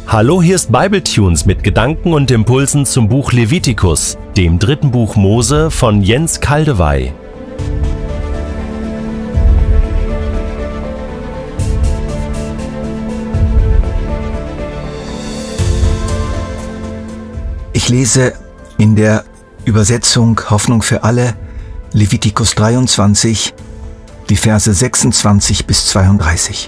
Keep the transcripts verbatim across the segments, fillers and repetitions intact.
Hallo, hier ist Bibletunes mit Gedanken und Impulsen zum Buch Levitikus, dem dritten Buch Mose von Jens Kaldewey. Ich lese in der Übersetzung Hoffnung für alle Levitikus dreiundzwanzig, die Verse sechsundzwanzig bis zweiunddreißig.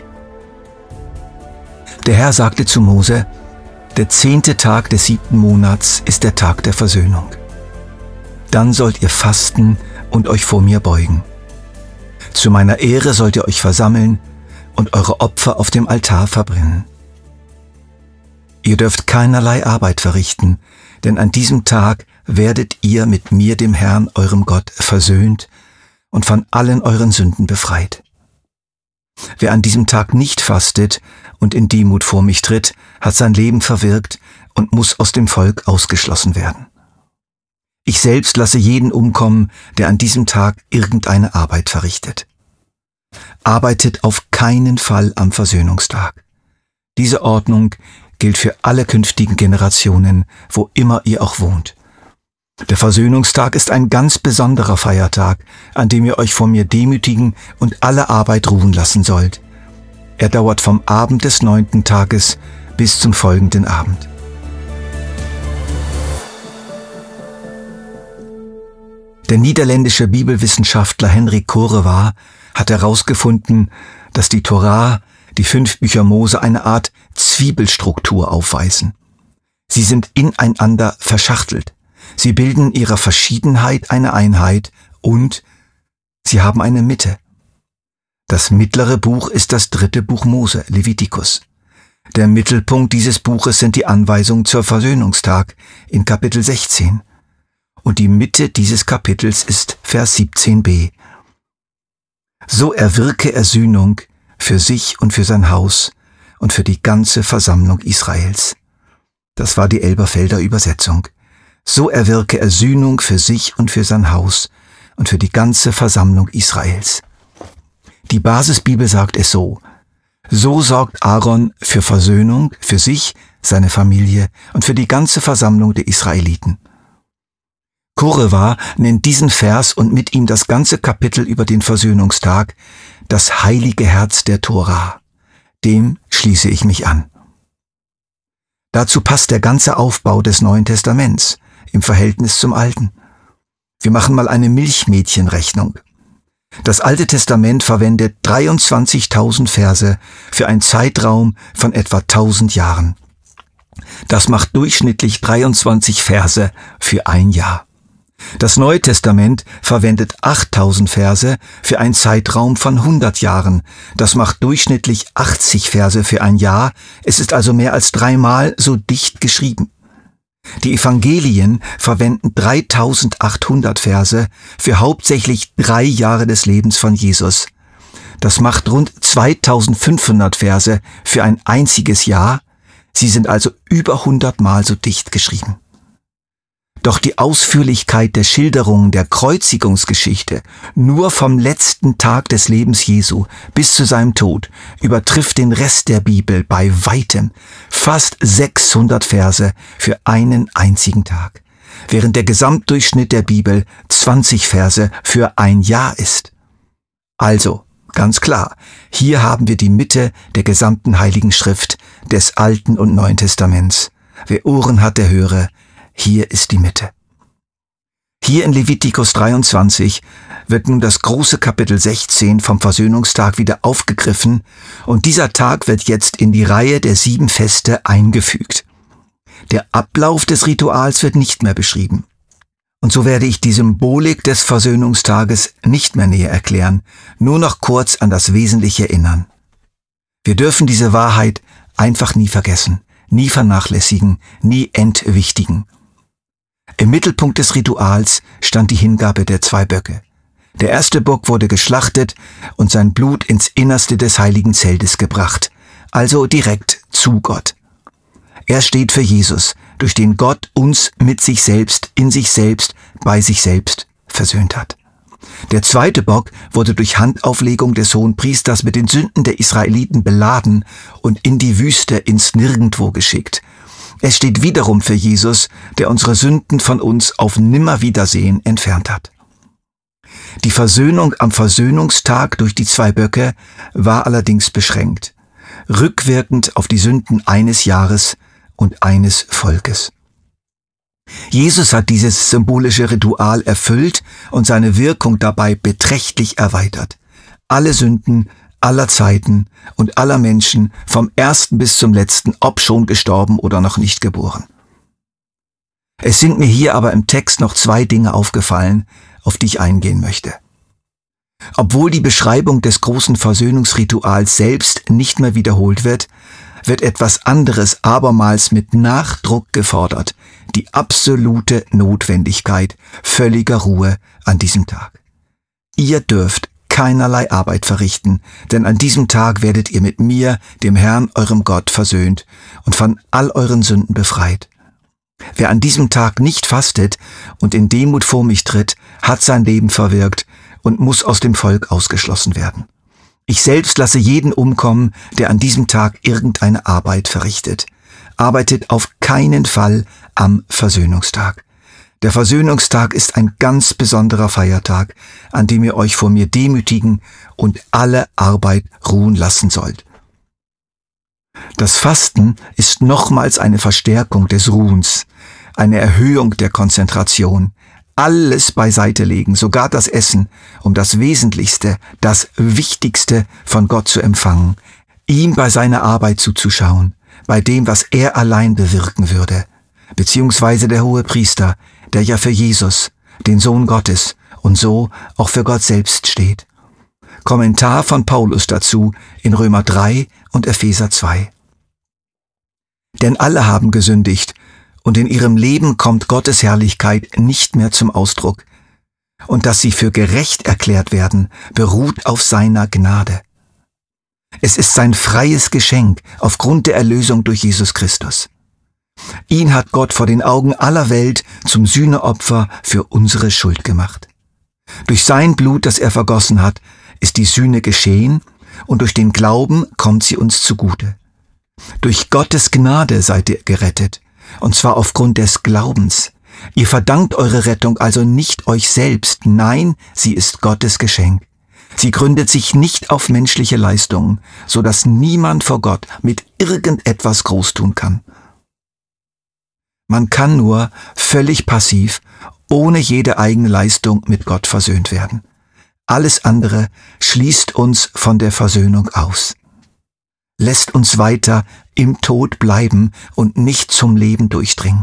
Der Herr sagte zu Mose: Der zehnte Tag des siebten Monats ist der Tag der Versöhnung. Dann sollt ihr fasten und euch vor mir beugen. Zu meiner Ehre sollt ihr euch versammeln und eure Opfer auf dem Altar verbrennen. Ihr dürft keinerlei Arbeit verrichten, denn an diesem Tag werdet ihr mit mir, dem Herrn, eurem Gott, versöhnt und von allen euren Sünden befreit. Wer an diesem Tag nicht fastet und in Demut vor mich tritt, hat sein Leben verwirkt und muss aus dem Volk ausgeschlossen werden. Ich selbst lasse jeden umkommen, der an diesem Tag irgendeine Arbeit verrichtet. Arbeitet auf keinen Fall am Versöhnungstag. Diese Ordnung gilt für alle künftigen Generationen, wo immer ihr auch wohnt. Der Versöhnungstag ist ein ganz besonderer Feiertag, an dem ihr euch vor mir demütigen und alle Arbeit ruhen lassen sollt. Er dauert vom Abend des neunten Tages bis zum folgenden Abend. Der niederländische Bibelwissenschaftler Henrik Correva hat herausgefunden, dass die Tora, die fünf Bücher Mose, eine Art Zwiebelstruktur aufweisen. Sie sind ineinander verschachtelt. Sie bilden in ihrer Verschiedenheit eine Einheit und sie haben eine Mitte. Das mittlere Buch ist das dritte Buch Mose, Levitikus. Der Mittelpunkt dieses Buches sind die Anweisungen zur Versöhnungstag in Kapitel sechzehn. Und die Mitte dieses Kapitels ist Vers siebzehn b. So erwirke er Sühnung für sich und für sein Haus und für die ganze Versammlung Israels. Das war die Elberfelder Übersetzung. So erwirke er Sühnung für sich und für sein Haus und für die ganze Versammlung Israels. Die Basisbibel sagt es so: So sorgt Aaron für Versöhnung, für sich, seine Familie und für die ganze Versammlung der Israeliten. Correva nennt diesen Vers und mit ihm das ganze Kapitel über den Versöhnungstag das heilige Herz der Tora. Dem schließe ich mich an. Dazu passt der ganze Aufbau des Neuen Testaments im Verhältnis zum Alten. Wir machen mal eine Milchmädchenrechnung. Das Alte Testament verwendet dreiundzwanzigtausend Verse für einen Zeitraum von etwa tausend Jahren. Das macht durchschnittlich dreiundzwanzig Verse für ein Jahr. Das Neue Testament verwendet achttausend Verse für einen Zeitraum von hundert Jahren. Das macht durchschnittlich achtzig Verse für ein Jahr. Es ist also mehr als dreimal so dicht geschrieben. Die Evangelien verwenden dreitausendachthundert Verse für hauptsächlich drei Jahre des Lebens von Jesus. Das macht rund zweitausendfünfhundert Verse für ein einziges Jahr. Sie sind also über hundertmal so dicht geschrieben. Doch die Ausführlichkeit der Schilderungen der Kreuzigungsgeschichte nur vom letzten Tag des Lebens Jesu bis zu seinem Tod übertrifft den Rest der Bibel bei weitem. Fast sechshundert Verse für einen einzigen Tag, während der Gesamtdurchschnitt der Bibel zwanzig Verse für ein Jahr ist. Also, ganz klar, hier haben wir die Mitte der gesamten Heiligen Schrift des Alten und Neuen Testaments. Wer Ohren hat, der höre. Hier ist die Mitte. Hier in Levitikus dreiundzwanzig wird nun das große Kapitel sechzehn vom Versöhnungstag wieder aufgegriffen und dieser Tag wird jetzt in die Reihe der sieben Feste eingefügt. Der Ablauf des Rituals wird nicht mehr beschrieben. Und so werde ich die Symbolik des Versöhnungstages nicht mehr näher erklären, nur noch kurz an das Wesentliche erinnern. Wir dürfen diese Wahrheit einfach nie vergessen, nie vernachlässigen, nie entwichtigen. Im Mittelpunkt des Rituals stand die Hingabe der zwei Böcke. Der erste Bock wurde geschlachtet und sein Blut ins Innerste des heiligen Zeltes gebracht, also direkt zu Gott. Er steht für Jesus, durch den Gott uns mit sich selbst, in sich selbst, bei sich selbst versöhnt hat. Der zweite Bock wurde durch Handauflegung des Hohenpriesters mit den Sünden der Israeliten beladen und in die Wüste ins Nirgendwo geschickt. Es steht wiederum für Jesus, der unsere Sünden von uns auf Nimmerwiedersehen entfernt hat. Die Versöhnung am Versöhnungstag durch die zwei Böcke war allerdings beschränkt, rückwirkend auf die Sünden eines Jahres und eines Volkes. Jesus hat dieses symbolische Ritual erfüllt und seine Wirkung dabei beträchtlich erweitert. Alle Sünden aller Zeiten und aller Menschen, vom ersten bis zum letzten, ob schon gestorben oder noch nicht geboren. Es sind mir hier aber im Text noch zwei Dinge aufgefallen, auf die ich eingehen möchte. Obwohl die Beschreibung des großen Versöhnungsrituals selbst nicht mehr wiederholt wird, wird etwas anderes abermals mit Nachdruck gefordert: die absolute Notwendigkeit völliger Ruhe an diesem Tag. Ihr dürft keinerlei Arbeit verrichten, denn an diesem Tag werdet ihr mit mir, dem Herrn, eurem Gott, versöhnt und von all euren Sünden befreit. Wer an diesem Tag nicht fastet und in Demut vor mich tritt, hat sein Leben verwirkt und muss aus dem Volk ausgeschlossen werden. Ich selbst lasse jeden umkommen, der an diesem Tag irgendeine Arbeit verrichtet. Arbeitet auf keinen Fall am Versöhnungstag. Der Versöhnungstag ist ein ganz besonderer Feiertag, an dem ihr euch vor mir demütigen und alle Arbeit ruhen lassen sollt. Das Fasten ist nochmals eine Verstärkung des Ruhens, eine Erhöhung der Konzentration. Alles beiseite legen, sogar das Essen, um das Wesentlichste, das Wichtigste von Gott zu empfangen, ihm bei seiner Arbeit zuzuschauen, bei dem, was er allein bewirken würde, beziehungsweise der Hohepriester, der ja für Jesus, den Sohn Gottes, und so auch für Gott selbst steht. Kommentar von Paulus dazu in Römer drei und Epheser zwei. Denn alle haben gesündigt, und in ihrem Leben kommt Gottes Herrlichkeit nicht mehr zum Ausdruck. Und dass sie für gerecht erklärt werden, beruht auf seiner Gnade. Es ist sein freies Geschenk aufgrund der Erlösung durch Jesus Christus. Ihn hat Gott vor den Augen aller Welt zum Sühneopfer für unsere Schuld gemacht. Durch sein Blut, das er vergossen hat, ist die Sühne geschehen, und durch den Glauben kommt sie uns zugute. Durch Gottes Gnade seid ihr gerettet, und zwar aufgrund des Glaubens. Ihr verdankt eure Rettung also nicht euch selbst, nein, sie ist Gottes Geschenk. Sie gründet sich nicht auf menschliche Leistungen, so dass niemand vor Gott mit irgendetwas groß tun kann. Man kann nur völlig passiv, ohne jede eigene Leistung mit Gott versöhnt werden. Alles andere schließt uns von der Versöhnung aus. Lässt uns weiter im Tod bleiben und nicht zum Leben durchdringen.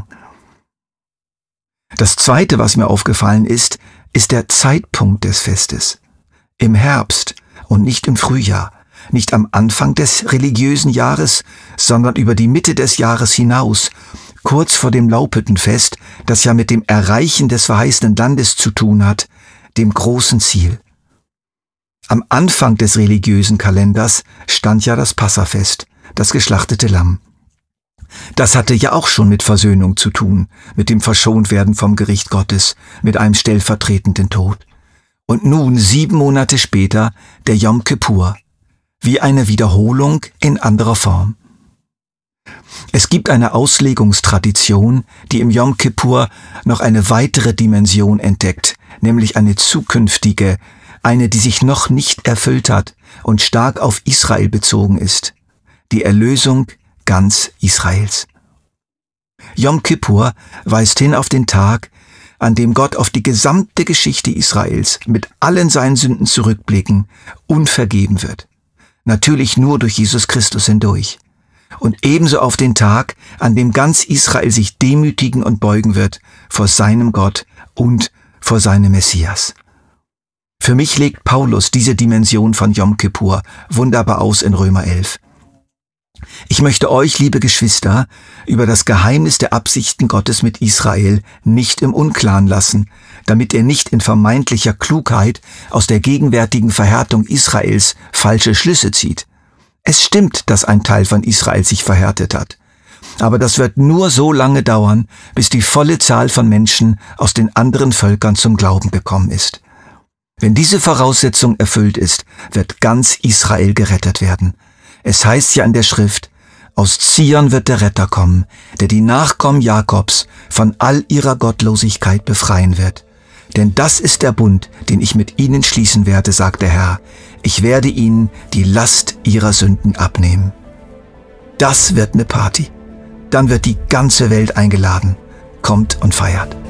Das Zweite, was mir aufgefallen ist, ist der Zeitpunkt des Festes. Im Herbst und nicht im Frühjahr, nicht am Anfang des religiösen Jahres, sondern über die Mitte des Jahres hinaus, kurz vor dem Laubhüttenfest, das ja mit dem Erreichen des verheißenen Landes zu tun hat, dem großen Ziel. Am Anfang des religiösen Kalenders stand ja das Passafest, das geschlachtete Lamm. Das hatte ja auch schon mit Versöhnung zu tun, mit dem Verschontwerden vom Gericht Gottes, mit einem stellvertretenden Tod. Und nun, sieben Monate später, der Jom Kippur, wie eine Wiederholung in anderer Form. Es gibt eine Auslegungstradition, die im Jom Kippur noch eine weitere Dimension entdeckt, nämlich eine zukünftige, eine, die sich noch nicht erfüllt hat und stark auf Israel bezogen ist. Die Erlösung ganz Israels. Jom Kippur weist hin auf den Tag, an dem Gott auf die gesamte Geschichte Israels mit allen seinen Sünden zurückblicken und vergeben wird. Natürlich nur durch Jesus Christus hindurch. Und ebenso auf den Tag, an dem ganz Israel sich demütigen und beugen wird vor seinem Gott und vor seinem Messias. Für mich legt Paulus diese Dimension von Jom Kippur wunderbar aus in Römer elf. Ich möchte euch, liebe Geschwister, über das Geheimnis der Absichten Gottes mit Israel nicht im Unklaren lassen, damit ihr nicht in vermeintlicher Klugheit aus der gegenwärtigen Verhärtung Israels falsche Schlüsse zieht. Es stimmt, dass ein Teil von Israel sich verhärtet hat. Aber das wird nur so lange dauern, bis die volle Zahl von Menschen aus den anderen Völkern zum Glauben gekommen ist. Wenn diese Voraussetzung erfüllt ist, wird ganz Israel gerettet werden. Es heißt ja in der Schrift, aus Zion wird der Retter kommen, der die Nachkommen Jakobs von all ihrer Gottlosigkeit befreien wird. Denn das ist der Bund, den ich mit ihnen schließen werde, sagt der Herr. Ich werde ihnen die Last ihrer Sünden abnehmen. Das wird eine Party. Dann wird die ganze Welt eingeladen. Kommt und feiert.